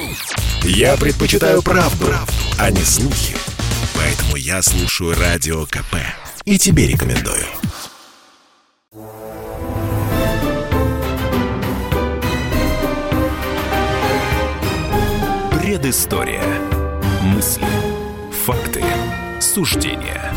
Я предпочитаю правду, а не слухи. Поэтому я слушаю Радио КП. И тебе рекомендую. Предыстория. Мысли, факты, суждения.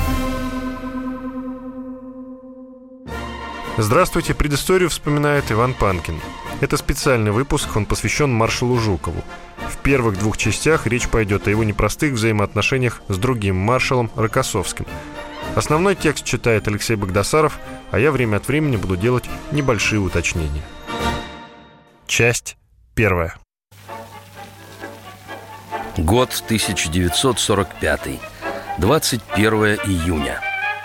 Здравствуйте, предысторию вспоминает Иван Панкин. Это специальный выпуск, он посвящен маршалу Жукову. В первых двух частях речь пойдет о его непростых взаимоотношениях с другим маршалом Рокоссовским. Основной текст читает Алексей Багдасаров, а я время от времени буду делать небольшие уточнения. Часть первая. Год 1945. 21 июня.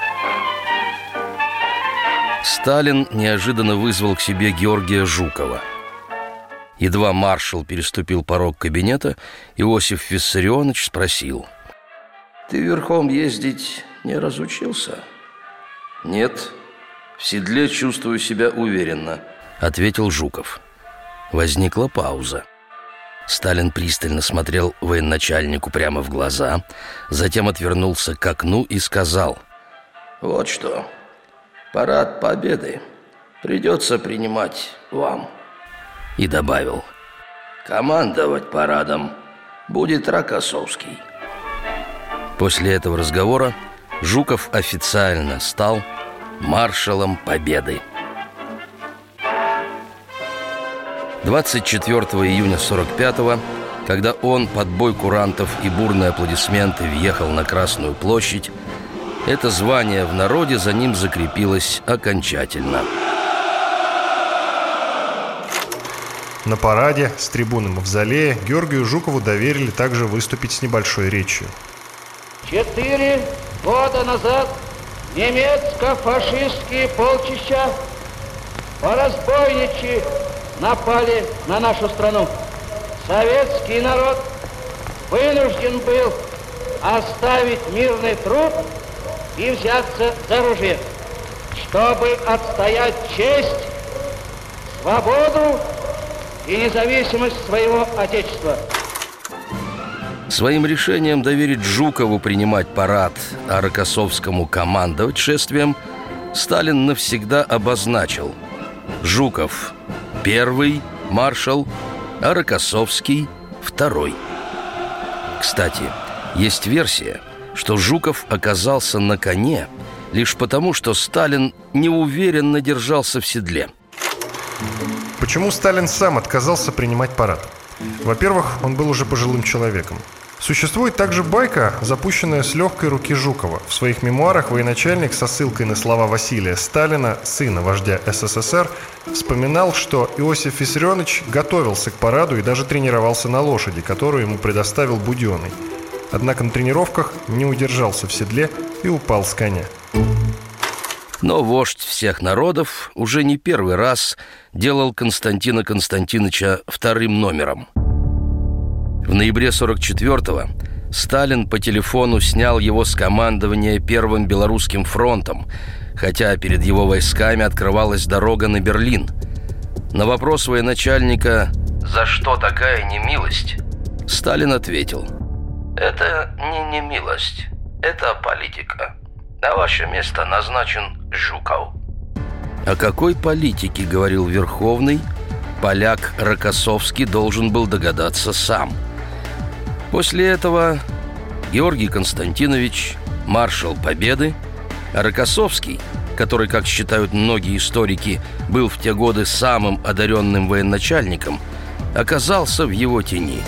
Сталин неожиданно вызвал к себе Георгия Жукова. Едва маршал переступил порог кабинета, Иосиф Виссарионович спросил: «Ты верхом ездить не разучился?» «Нет, в седле чувствую себя уверенно», — ответил Жуков. Возникла пауза. Сталин пристально смотрел военачальнику прямо в глаза, затем отвернулся к окну и сказал: «Вот что, парад Победы придется принимать вам». И добавил: «Командовать парадом будет Рокоссовский». После этого разговора Жуков официально стал маршалом Победы. 24 июня 45-го, когда он под бой курантов и бурные аплодисменты въехал на Красную площадь, это звание в народе за ним закрепилось окончательно. На параде с трибуны Мавзолея Георгию Жукову доверили также выступить с небольшой речью. 4 года назад немецко-фашистские полчища по-разбойничьи напали на нашу страну. Советский народ вынужден был оставить мирный труд и взяться за оружие, чтобы отстоять честь, свободу и независимость своего Отечества. Своим решением доверить Жукову принимать парад, а Рокоссовскому командовать шествием, Сталин навсегда обозначил: Жуков – первый маршал, а Рокоссовский – второй. Кстати, есть версия, что Жуков оказался на коне лишь потому, что Сталин неуверенно держался в седле. Почему Сталин сам отказался принимать парад? Во-первых, он был уже пожилым человеком. Существует также байка, запущенная с легкой руки Жукова. В своих мемуарах военачальник со ссылкой на слова Василия Сталина, сына вождя СССР, вспоминал, что Иосиф Виссарионович готовился к параду и даже тренировался на лошади, которую ему предоставил Буденный. Однако на тренировках не удержался в седле и упал с коня. Но вождь всех народов уже не первый раз делал Константина Константиновича вторым номером. В ноябре 44-го Сталин по телефону снял его с командования Первым Белорусским фронтом, хотя перед его войсками открывалась дорога на Берлин. На вопрос военачальника «За что такая немилость?» Сталин ответил: «Это не немилость, это политика. На ваше место назначен Жуков». О какой политике говорил Верховный, поляк Рокоссовский должен был догадаться сам. После этого Георгий Константинович – маршал Победы, а Рокоссовский, который, как считают многие историки, был в те годы самым одаренным военачальником, оказался в его тени.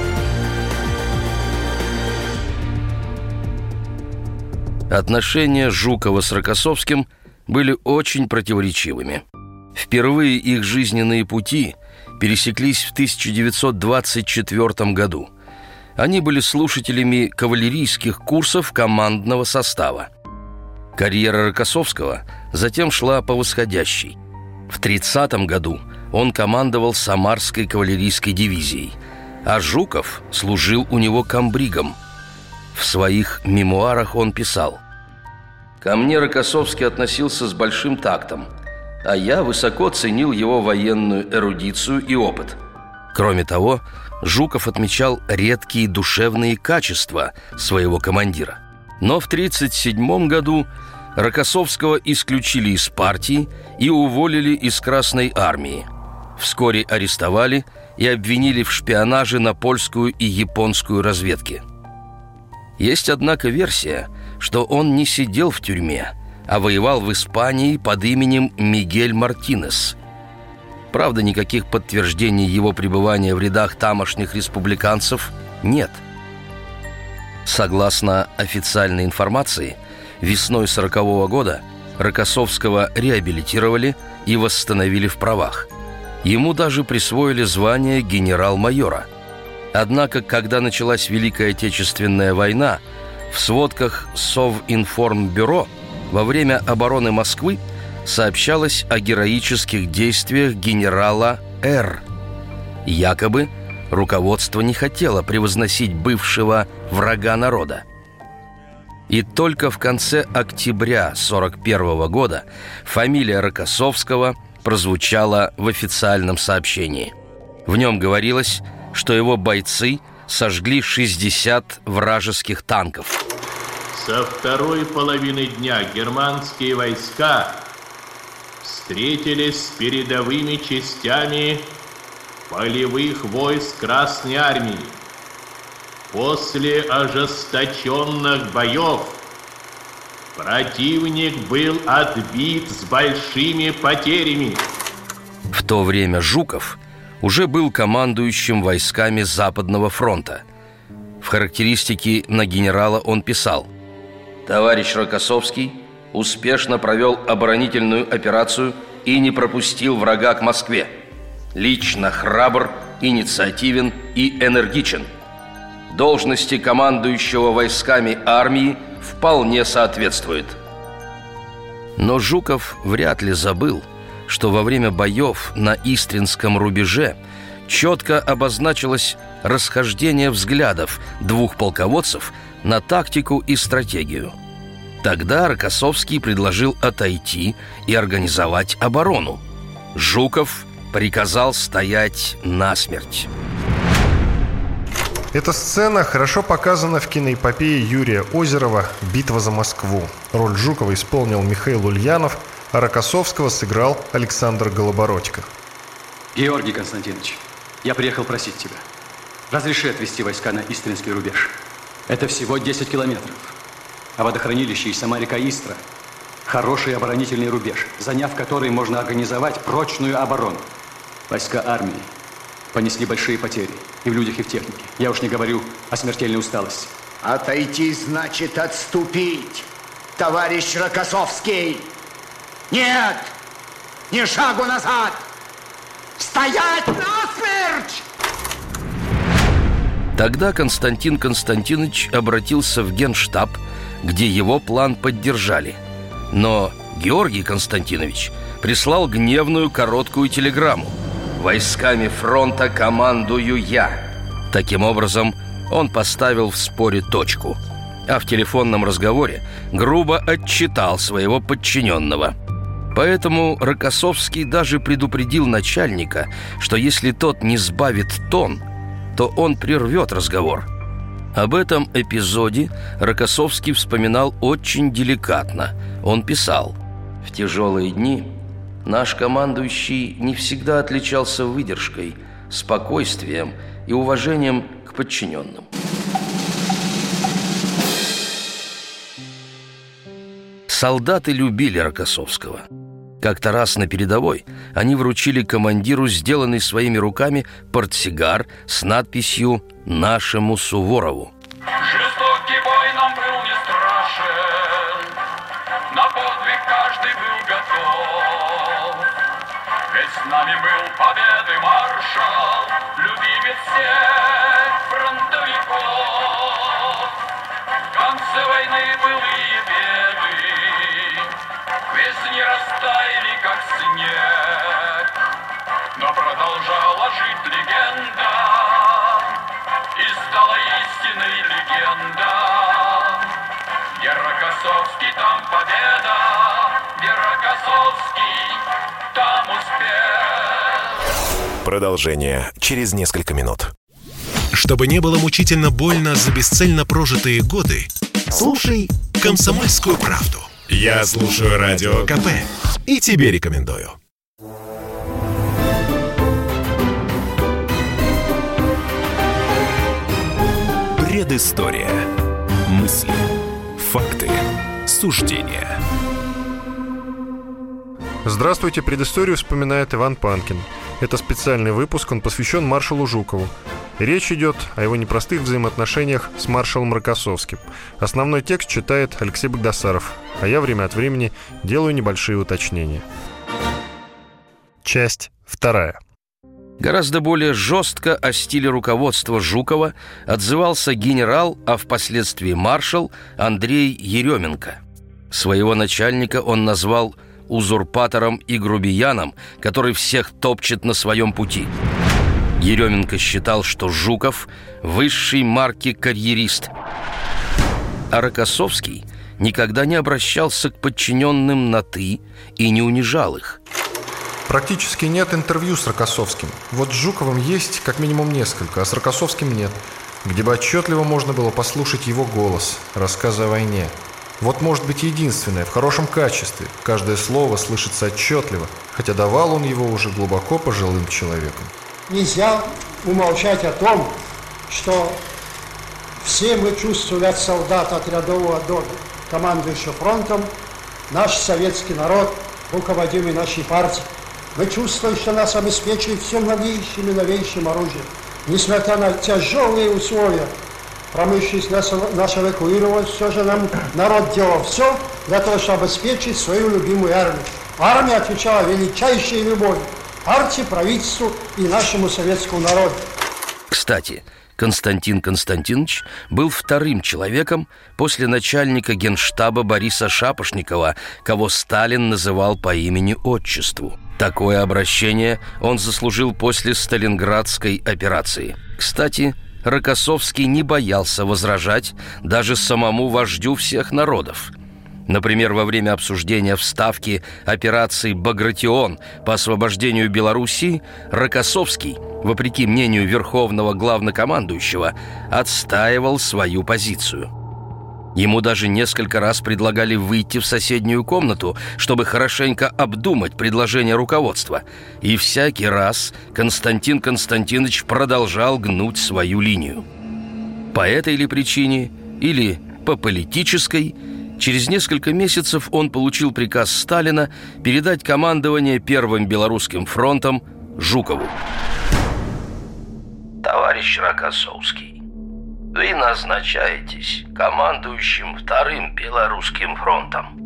Отношения Жукова с Рокоссовским были очень противоречивыми. Впервые их жизненные пути пересеклись в 1924 году. Они были слушателями кавалерийских курсов командного состава. Карьера Рокоссовского затем шла по восходящей. В 1930 году он командовал Самарской кавалерийской дивизией, а Жуков служил у него комбригом. В своих мемуарах он писал: «Ко мне Рокоссовский относился с большим тактом, а я высоко ценил его военную эрудицию и опыт. Кроме того, Жуков отмечал редкие душевные качества своего командира. Но в 1937 году Рокоссовского исключили из партии и уволили из Красной армии. Вскоре арестовали и обвинили в шпионаже на польскую и японскую разведки. Есть, однако, версия, что он не сидел в тюрьме, а воевал в Испании под именем Мигель Мартинес. Правда, никаких подтверждений его пребывания в рядах тамошних республиканцев нет. Согласно официальной информации, весной 1940 года Рокоссовского реабилитировали и восстановили в правах. Ему даже присвоили звание генерал-майора. Однако, когда началась Великая Отечественная война, в сводках Совинформбюро во время обороны Москвы сообщалось о героических действиях генерала Р. Якобы руководство не хотело превозносить бывшего врага народа. И только в конце октября 1941 года фамилия Рокоссовского прозвучала в официальном сообщении. В нем говорилось, что его бойцы сожгли 60 вражеских танков. Со второй половины дня германские войска встретились с передовыми частями полевых войск Красной армии. После ожесточенных боев противник был отбит с большими потерями. В то время Жуков уже был командующим войсками Западного фронта. В характеристике на генерала он писал: «Товарищ Рокоссовский успешно провел оборонительную операцию и не пропустил врага к Москве. Лично храбр, инициативен и энергичен. Должности командующего войсками армии вполне соответствует». Но Жуков вряд ли забыл, что во время боев на Истринском рубеже четко обозначилось расхождение взглядов двух полководцев на тактику и стратегию. Тогда Рокоссовский предложил отойти и организовать оборону. Жуков приказал стоять насмерть. Эта сцена хорошо показана в киноэпопее Юрия Озерова «Битва за Москву». Роль Жукова исполнил Михаил Ульянов, а Рокоссовского сыграл Александр Голобородько. Георгий Константинович, я приехал просить тебя. Разреши отвести войска на Истринский рубеж. Это всего 10 километров. А водохранилище и сама река Истра – хороший оборонительный рубеж, заняв который можно организовать прочную оборону. Войска армии понесли большие потери и в людях, и в технике. Я уж не говорю о смертельной усталости. Отойти значит отступить, товарищ Рокоссовский. Нет, ни шагу назад. Стоять насмерть! Тогда Константин Константинович обратился в Генштаб, где его план поддержали. Но Георгий Константинович прислал гневную короткую телеграмму: «Войсками фронта командую я». Таким образом, он поставил в споре точку, а в телефонном разговоре грубо отчитал своего подчиненного. Поэтому Рокоссовский даже предупредил начальника, что если тот не сбавит тон, то он прервет разговор. Об этом эпизоде Рокоссовский вспоминал очень деликатно. Он писал: «В тяжелые дни наш командующий не всегда отличался выдержкой, спокойствием и уважением к подчиненным». Солдаты любили Рокоссовского. Как-то раз на передовой они вручили командиру сделанный своими руками портсигар с надписью «Нашему Суворову». Жестокий бой нам был не страшен, на подвиг каждый был готов. Ведь с нами был победы маршал, любимец всех фронтовиков. В конце войны былые беды к весне растаяли, как снег, но продолжала жить легенда, и стала истинной легенда. Где Рокоссовский, там победа, где Рокоссовский, там успех. Продолжение через несколько минут. Чтобы не было мучительно больно за бесцельно прожитые годы, слушай «Комсомольскую правду». Я слушаю Радио КП и тебе рекомендую. Предыстория. Мысли, факты, суждения. Здравствуйте, предысторию вспоминает Иван Панкин. Это специальный выпуск, он посвящен маршалу Жукову. Речь идет о его непростых взаимоотношениях с маршалом Рокоссовским. Основной текст читает Алексей Багдасаров, а я время от времени делаю небольшие уточнения. Часть 2. Гораздо более жестко о стиле руководства Жукова отзывался генерал, а впоследствии маршал Андрей Еременко. Своего начальника он назвал узурпатором и грубияном, который всех топчет на своем пути. Еременко считал, что Жуков – высшей марки карьерист. А Рокоссовский никогда не обращался к подчиненным на «ты» и не унижал их. Практически нет интервью с Рокоссовским. Вот с Жуковым есть как минимум несколько, а с Рокоссовским нет, где бы отчетливо можно было послушать его голос, рассказы о войне. Вот может быть единственное, в хорошем качестве. Каждое слово слышится отчетливо, хотя давал он его уже глубоко пожилым человеком. Нельзя умолчать о том, что все мы чувствовали от солдата, от рядового до командующего фронтом, наш советский народ, руководимый нашей партией. Мы чувствуем, что нас обеспечивает всем новейшим и новейшим оружием. Несмотря на тяжелые условия, промышленность наша эвакуировалась, все же нам народ делал все для того, чтобы обеспечить свою любимую армию. Армия отвечала величайшей любовью партии, правительству и нашему советскому народу. Кстати, Константин Константинович был вторым человеком после начальника генштаба Бориса Шапошникова, кого Сталин называл по имени-отчеству. Такое обращение он заслужил после Сталинградской операции. Кстати, Рокоссовский не боялся возражать даже самому вождю всех народов. Например, во время обсуждения в Ставке операции «Багратион» по освобождению Белоруссии Рокоссовский, вопреки мнению верховного главнокомандующего, отстаивал свою позицию. Ему даже несколько раз предлагали выйти в соседнюю комнату, чтобы хорошенько обдумать предложение руководства. И всякий раз Константин Константинович продолжал гнуть свою линию. По этой ли причине, или по политической, через несколько месяцев он получил приказ Сталина передать командование Первым Белорусским фронтом Жукову. Товарищ Рокоссовский, вы назначаетесь командующим Вторым Белорусским фронтом.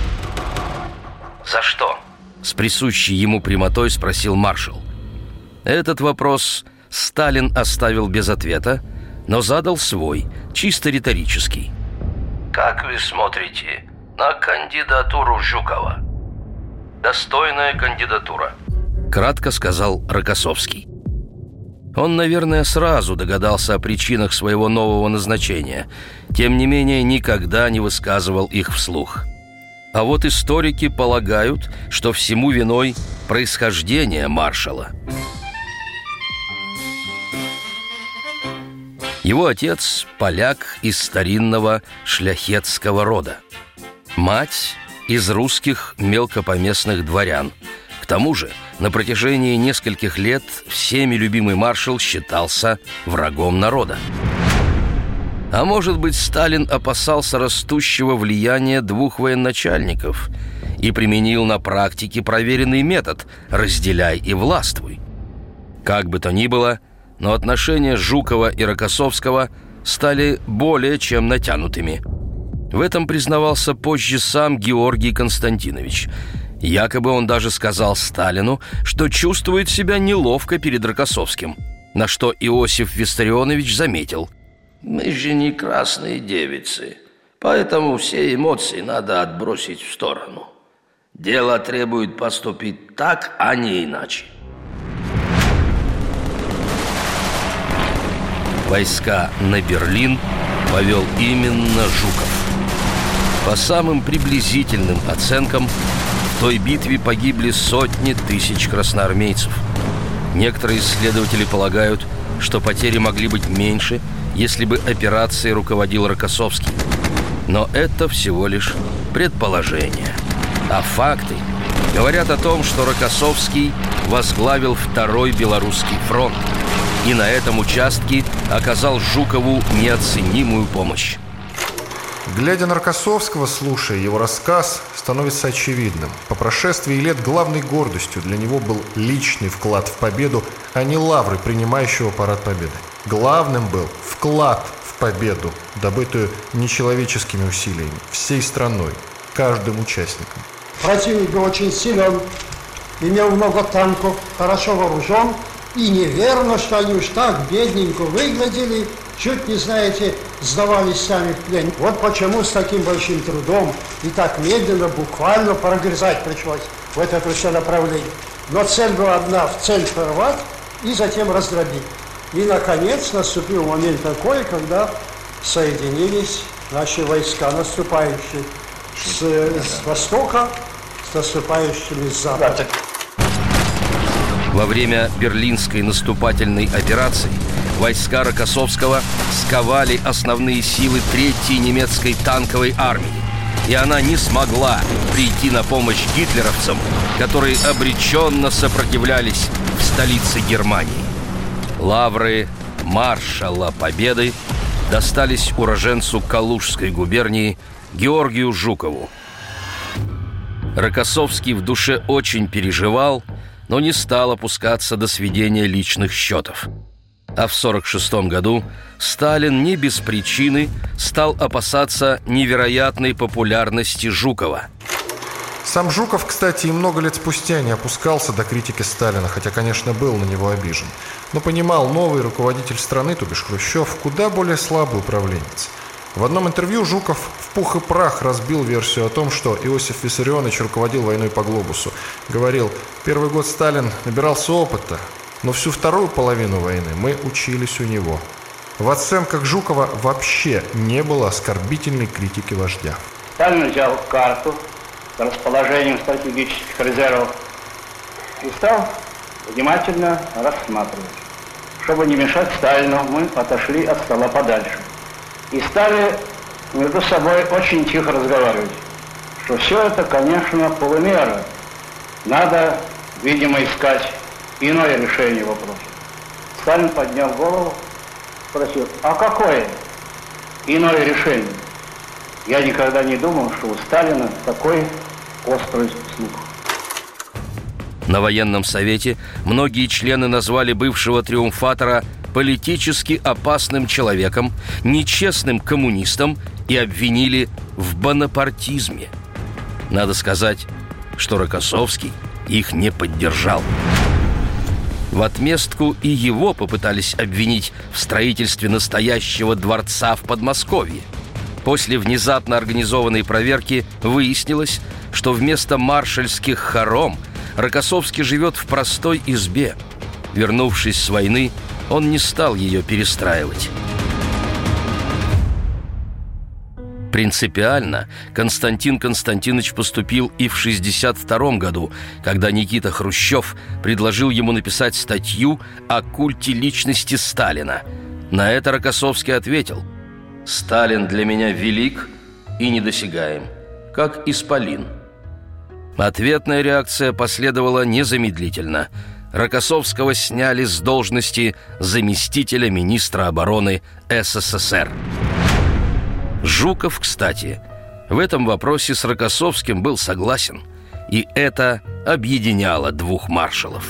За что? С присущей ему прямотой спросил маршал. Этот вопрос Сталин оставил без ответа, но задал свой, чисто риторический. Как вы смотрите на кандидатуру Жукова? Достойная кандидатура, кратко сказал Рокоссовский. Он, наверное, сразу догадался о причинах своего нового назначения, тем не менее никогда не высказывал их вслух. А вот историки полагают, что всему виной происхождение маршала. Его отец – поляк из старинного шляхетского рода. Мать – из русских мелкопоместных дворян. К тому же, на протяжении нескольких лет всеми любимый маршал считался врагом народа. А может быть, Сталин опасался растущего влияния двух военачальников и применил на практике проверенный метод «разделяй и властвуй». Как бы то ни было, но отношения Жукова и Рокоссовского стали более чем натянутыми. В этом признавался позже сам Георгий Константинович. Якобы он даже сказал Сталину, что чувствует себя неловко перед Рокоссовским, на что Иосиф Виссарионович заметил: «Мы же не красные девицы, поэтому все эмоции надо отбросить в сторону. Дело требует поступить так, а не иначе». Войска на Берлин повел именно Жуков. По самым приблизительным оценкам, в той битве погибли сотни тысяч красноармейцев. Некоторые исследователи полагают, что потери могли быть меньше, если бы операцией руководил Рокоссовский. Но это всего лишь предположение. А факты говорят о том, что Рокоссовский возглавил Второй Белорусский фронт и на этом участке оказал Жукову неоценимую помощь. Глядя на Рокоссовского, слушая его рассказ, становится очевидным. По прошествии лет главной гордостью для него был личный вклад в победу, а не лавры принимающего парад победы. Главным был вклад в победу, добытую нечеловеческими усилиями, всей страной, каждым участником. Противник был очень силен, имел много танков, хорошо вооружен, и неверно, что они уж так бедненько выглядели, чуть не, знаете, сдавались сами в плен. Вот почему с таким большим трудом и так медленно, буквально прогрызать пришлось в это все направление. Но цель была одна, в цель прорвать и затем раздробить. И, наконец, наступил момент такой, когда соединились наши войска, наступающие с востока, с наступающими с запада. Во время Берлинской наступательной операции войска Рокоссовского сковали основные силы 3-й немецкой танковой армии, и она не смогла прийти на помощь гитлеровцам, которые обреченно сопротивлялись в столице Германии. Лавры маршала Победы достались уроженцу Калужской губернии Георгию Жукову. Рокоссовский в душе очень переживал, но не стал опускаться до сведения личных счетов. А в 1946 году Сталин не без причины стал опасаться невероятной популярности Жукова. Сам Жуков, кстати, и много лет спустя не опускался до критики Сталина, хотя, конечно, был на него обижен. Но понимал, новый руководитель страны, то бишь Хрущев, куда более слабый управленец. В одном интервью Жуков в пух и прах разбил версию о том, что Иосиф Виссарионович руководил войной по глобусу. Говорил, первый год Сталин набирался опыта, но всю вторую половину войны мы учились у него. В оценках Жукова вообще не было оскорбительной критики вождя. Сталин взял карту с расположением стратегических резервов и стал внимательно рассматривать. Чтобы не мешать Сталину, мы отошли от стола подальше. И стали между собой очень тихо разговаривать, что все это, конечно, полумера. Надо, видимо, искать иное решение вопроса. Сталин поднял голову, спросил, а какое иное решение? Я никогда не думал, что у Сталина такой острый слух. На военном совете многие члены назвали бывшего триумфатора политически опасным человеком, нечестным коммунистом и обвинили в бонапартизме. Надо сказать, что Рокоссовский их не поддержал. В отместку и его попытались обвинить в строительстве настоящего дворца в Подмосковье. После внезапно организованной проверки выяснилось, что вместо маршальских хором Рокоссовский живет в простой избе. Вернувшись с войны, он не стал ее перестраивать. Принципиально Константин Константинович поступил и в 1962 году, когда Никита Хрущев предложил ему написать статью о культе личности Сталина. На это Рокоссовский ответил: «Сталин для меня велик и недосягаем, как исполин». Ответная реакция последовала незамедлительно. Рокоссовского сняли с должности заместителя министра обороны СССР. Жуков, кстати, в этом вопросе с Рокоссовским был согласен, и это объединяло двух маршалов.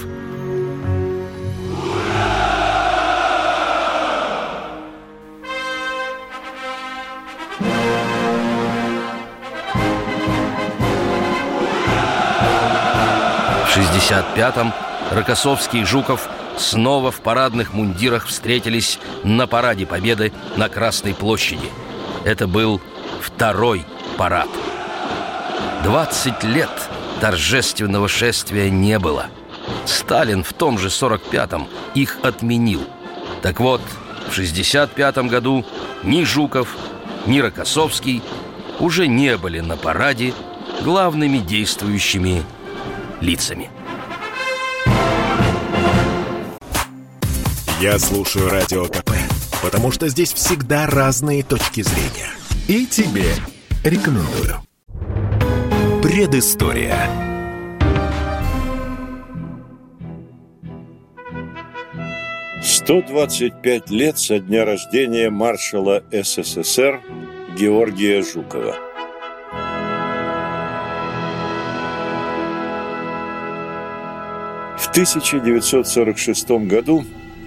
В 1965-м Рокоссовский и Жуков снова в парадных мундирах встретились на параде Победы на Красной площади. Это был второй парад. 20 лет торжественного шествия не было. Сталин в том же 1945-м их отменил. Так вот, в 1965 году ни Жуков, ни Рокоссовский уже не были на параде главными действующими лицами. Я слушаю Радио КП, потому что здесь всегда разные точки зрения. И тебе рекомендую. Предыстория. «125 лет со дня рождения маршала СССР Георгия Жукова». В 1946 году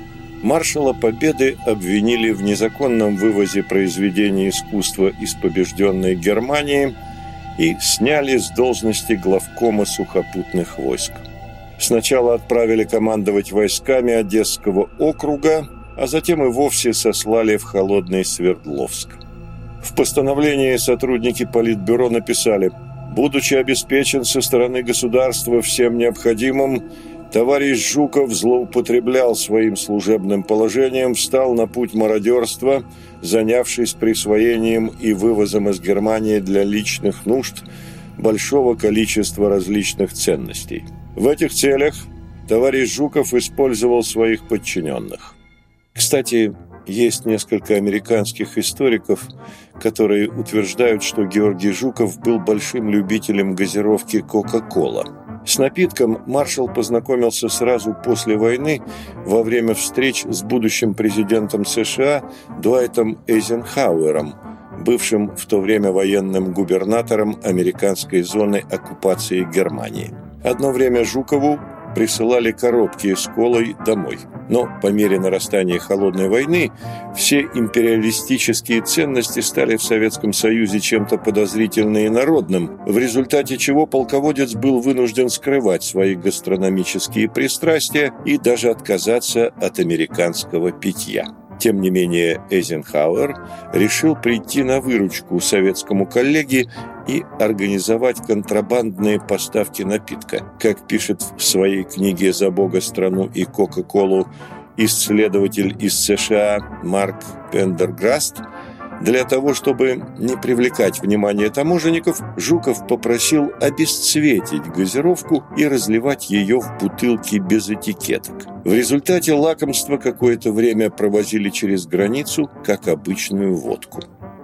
маршала Победы обвинили в незаконном вывозе произведений искусства из побежденной Германии и сняли с должности главкома сухопутных войск. Сначала отправили командовать войсками Одесского округа, а затем и вовсе сослали в холодный Свердловск. В постановлении сотрудники Политбюро написали: «Будучи обеспечен со стороны государства всем необходимым, товарищ Жуков злоупотреблял своим служебным положением, встал на путь мародерства, занявшись присвоением и вывозом из Германии для личных нужд большого количества различных ценностей. В этих целях товарищ Жуков использовал своих подчиненных». Кстати, есть несколько американских историков, которые утверждают, что Георгий Жуков был большим любителем газировки «Кока-кола». С напитком маршал познакомился сразу после войны во время встреч с будущим президентом США Дуайтом Эйзенхауэром, бывшим в то время военным губернатором американской зоны оккупации Германии. Одно время Жукову присылали коробки с колой домой. Но по мере нарастания холодной войны все империалистические ценности стали в Советском Союзе чем-то подозрительным и народным, в результате чего полководец был вынужден скрывать свои гастрономические пристрастия и даже отказаться от американского питья. Тем не менее, Эйзенхауэр решил прийти на выручку советскому коллеге и организовать контрабандные поставки напитка. Как пишет в своей книге «За Бога, страну и Кока-колу» исследователь из США Марк Пендерграст, для того, чтобы не привлекать внимание таможенников, Жуков попросил обесцветить газировку и разливать ее в бутылки без этикеток. В результате лакомство какое-то время провозили через границу, как обычную водку.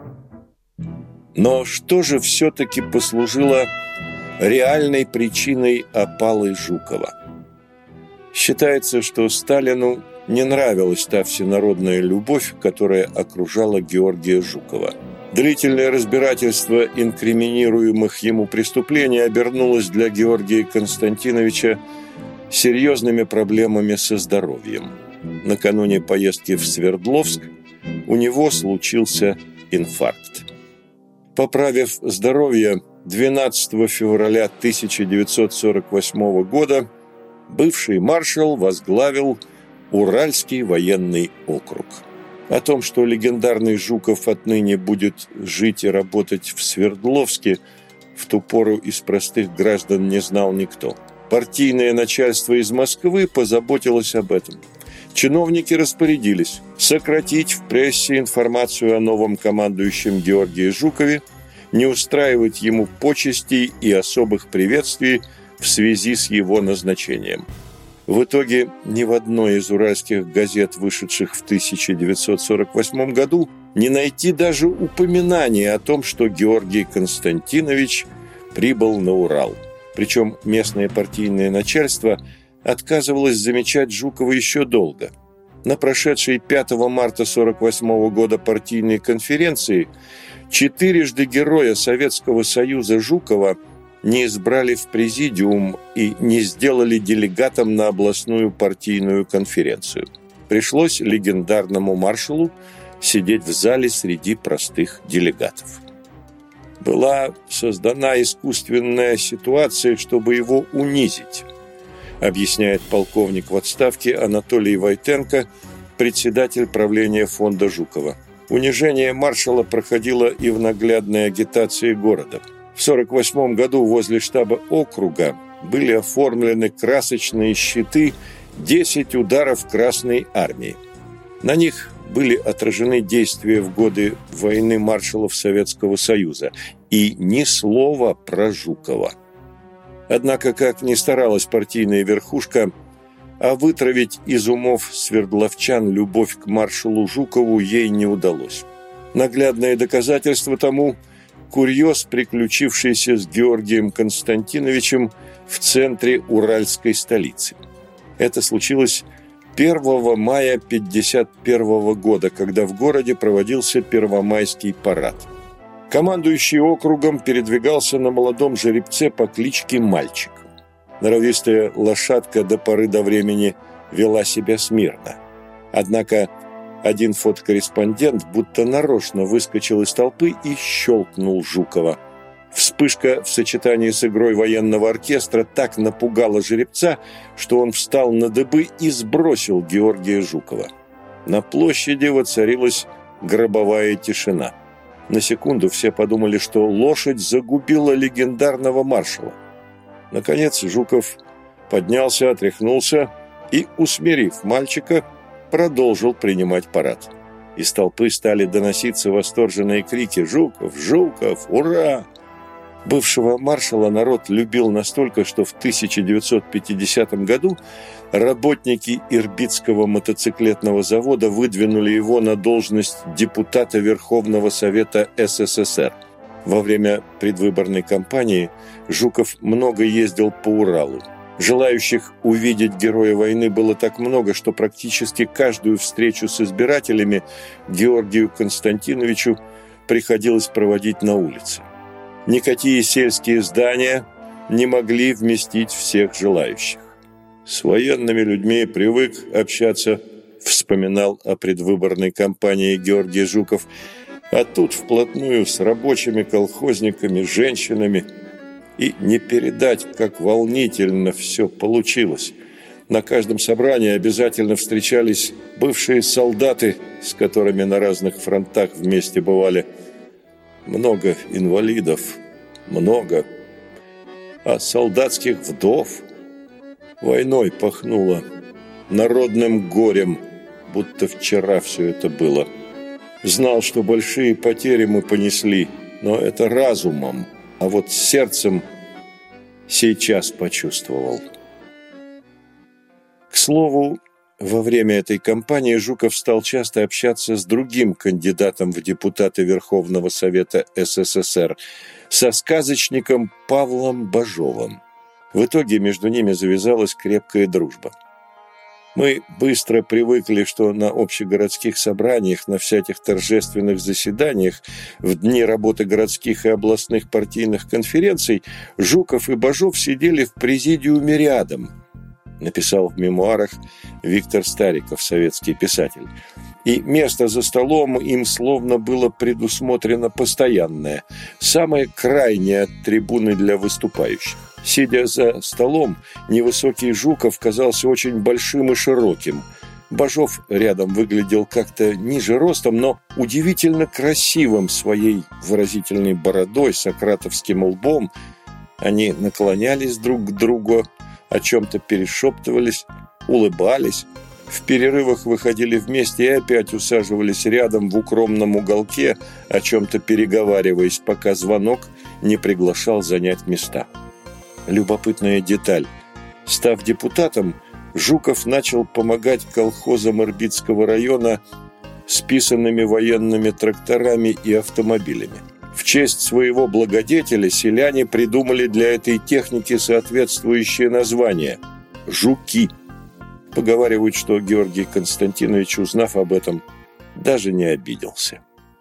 Но что же все-таки послужило реальной причиной опалы Жукова? Считается, что Сталину не нравилась та всенародная любовь, которая окружала Георгия Жукова. Длительное разбирательство инкриминируемых ему преступлений обернулось для Георгия Константиновича серьезными проблемами со здоровьем. Накануне поездки в Свердловск у него случился инфаркт. Поправив здоровье, 12 февраля 1948 года бывший маршал возглавил Уральский военный округ. О том, что легендарный Жуков отныне будет жить и работать в Свердловске, в ту пору из простых граждан не знал никто. Партийное начальство из Москвы позаботилось об этом. Чиновники распорядились сократить в прессе информацию о новом командующем Георгии Жукове, не устраивать ему почестей и особых приветствий в связи с его назначением. В итоге ни в одной из уральских газет, вышедших в 1948 году, не найти даже упоминания о том, что Георгий Константинович прибыл на Урал. Причем местное партийное начальство отказывалось замечать Жукова еще долго. На прошедшей 5 марта 1948 года партийной конференции 4-жды героя Советского Союза Жукова не избрали в президиум и не сделали делегатом на областную партийную конференцию. Пришлось легендарному маршалу сидеть в зале среди простых делегатов. Была создана искусственная ситуация, чтобы его унизить, объясняет полковник в отставке Анатолий Войтенко, председатель правления фонда Жукова. Унижение маршала проходило и в наглядной агитации города. В 1948 году возле штаба округа были оформлены красочные щиты «10 ударов Красной армии». На них были отражены действия в годы войны маршалов Советского Союза и ни слова про Жукова. Однако, как ни старалась партийная верхушка, а вытравить из умов свердловчан любовь к маршалу Жукову ей не удалось. Наглядное доказательство тому – курьез, приключившийся с Георгием Константиновичем в центре уральской столицы. Это случилось 1 мая 1951 года, когда в городе проводился Первомайский парад. Командующий округом передвигался на молодом жеребце по кличке Мальчик. Норовистая лошадка до поры до времени вела себя смирно. Однако один фотокорреспондент будто нарочно выскочил из толпы и щелкнул Жукова. Вспышка в сочетании с игрой военного оркестра так напугала жеребца, что он встал на дыбы и сбросил Георгия Жукова. На площади воцарилась гробовая тишина. На секунду все подумали, что лошадь загубила легендарного маршала. Наконец Жуков поднялся, отряхнулся и, усмирив мальчика, продолжил принимать парад. Из толпы стали доноситься восторженные крики «Жуков! Жуков! Ура!». Бывшего маршала народ любил настолько, что в 1950 году работники Ирбитского мотоциклетного завода выдвинули его на должность депутата Верховного Совета СССР. Во время предвыборной кампании Жуков много ездил по Уралу. Желающих увидеть героя войны было так много, что практически каждую встречу с избирателями Георгию Константиновичу приходилось проводить на улице. Никакие сельские здания не могли вместить всех желающих. «С военными людьми привык общаться», вспоминал о предвыборной кампании Георгий Жуков, а тут вплотную с рабочими, колхозниками, женщинами. И не передать, как волнительно все получилось. На каждом собрании обязательно встречались бывшие солдаты, с которыми на разных фронтах вместе бывали. Много инвалидов, много. А солдатских вдов войной пахнуло, народным горем, будто вчера все это было. Знал, что большие потери мы понесли, но это разумом, а вот сердцем сейчас почувствовал. К слову, во время этой кампании Жуков стал часто общаться с другим кандидатом в депутаты Верховного Совета СССР, со сказочником Павлом Бажовым. В итоге между ними завязалась крепкая дружба. Мы быстро привыкли, что на общегородских собраниях, на всяких торжественных заседаниях, в дни работы городских и областных партийных конференций Жуков и Бажов сидели в президиуме рядом, написал в мемуарах Виктор Стариков, советский писатель. И место за столом им словно было предусмотрено постоянное, самое крайнее от трибуны для выступающих. Сидя за столом, невысокий Жуков казался очень большим и широким. Бажов рядом выглядел как-то ниже ростом, но удивительно красивым своей выразительной бородой, сократовским лбом. Они наклонялись друг к другу, о чем-то перешептывались, улыбались. В перерывах выходили вместе и опять усаживались рядом в укромном уголке, о чем-то переговариваясь, пока звонок не приглашал занять места. Любопытная деталь. Став депутатом, Жуков начал помогать колхозам Ирбитского района списанными военными тракторами и автомобилями. В честь своего благодетеля селяне придумали для этой техники соответствующее название – «Жуки». Поговаривают, что Георгий Константинович, узнав об этом, даже не обиделся.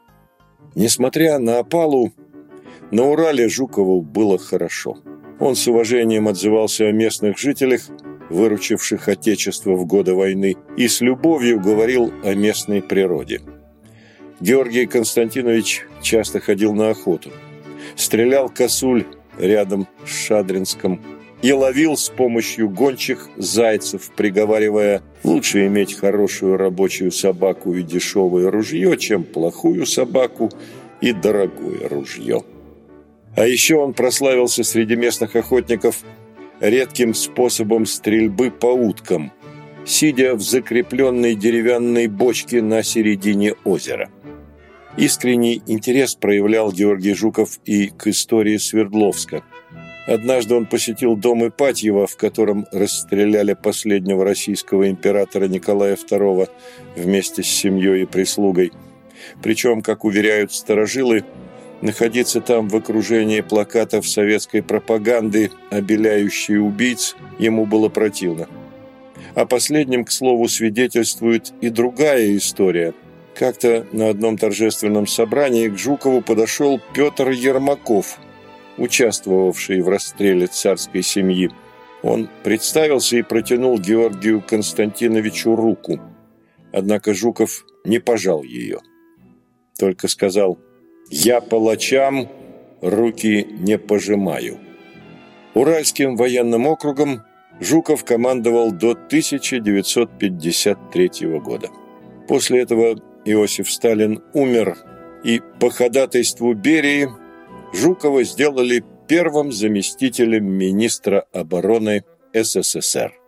Несмотря на опалу, на Урале Жукову было хорошо. Он с уважением отзывался о местных жителях, выручивших Отечество в годы войны, и с любовью говорил о местной природе. Георгий Константинович часто ходил на охоту, стрелял косуль рядом с Шадринском и ловил с помощью гончих зайцев, приговаривая: лучше иметь хорошую рабочую собаку и дешевое ружье, чем плохую собаку и дорогое ружье. А еще он прославился среди местных охотников редким способом стрельбы по уткам, сидя в закрепленной деревянной бочке на середине озера. Искренний интерес проявлял Георгий Жуков и к истории Свердловска. Однажды он посетил дом Ипатьева, в котором расстреляли последнего российского императора Николая II вместе с семьей и прислугой. Причем, как уверяют старожилы, находиться там в окружении плакатов советской пропаганды, обеляющей убийц, ему было противно. О последнем, к слову, свидетельствует и другая история. Как-то на одном торжественном собрании к Жукову подошел Петр Ермаков, участвовавший в расстреле царской семьи. Он представился и протянул Георгию Константиновичу руку. Однако Жуков не пожал ее. Только сказал: «Я палачам руки не пожимаю». Уральским военным округом Жуков командовал до 1953 года. После этого Иосиф Сталин умер, и по ходатайству Берии Жукова сделали первым заместителем министра обороны СССР.